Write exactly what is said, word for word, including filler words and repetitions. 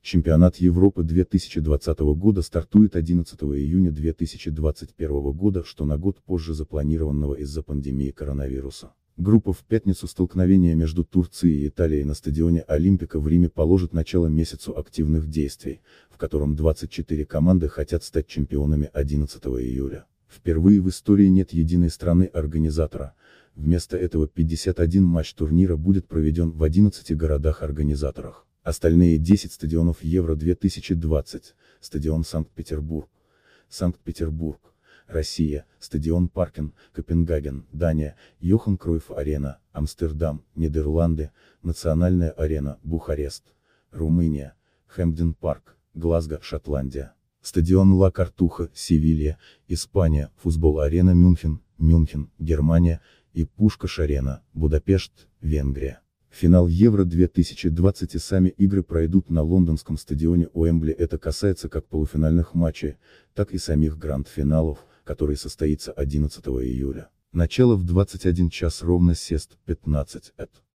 Чемпионат Европы две тысячи двадцатого года стартует одиннадцатого июня две тысячи двадцать первого года, что на год позже запланированного из-за пандемии коронавируса. Группа в пятницу столкновения между Турцией и Италией на стадионе Олимпика в Риме положит начало месяцу активных действий, в котором двадцать четыре команды хотят стать чемпионами одиннадцатого июля. Впервые в истории нет единой страны-организатора, вместо этого пятьдесят один матч турнира будет проведен в одиннадцати городах-организаторах. Остальные десять стадионов Евро две тысячи двадцать, стадион Санкт-Петербург, Санкт-Петербург, Россия, стадион Паркен, Копенгаген, Дания, Йохан Кройф-арена, Амстердам, Нидерланды, Национальная арена, Бухарест, Румыния, Хэмпден Парк, Глазго, Шотландия, стадион Ла Картуха, Севилья, Испания, Футбол-арена Мюнхен, Мюнхен, Германия, и Пушкаш-арена, Будапешт, Венгрия. Финал Евро две тысячи двадцать и сами игры пройдут на лондонском стадионе Уэмбли. Это касается как полуфинальных матчей, так и самих гранд-финалов, который состоится одиннадцатого июля. Начало в двадцать один час ровно сест, пятнадцать эт.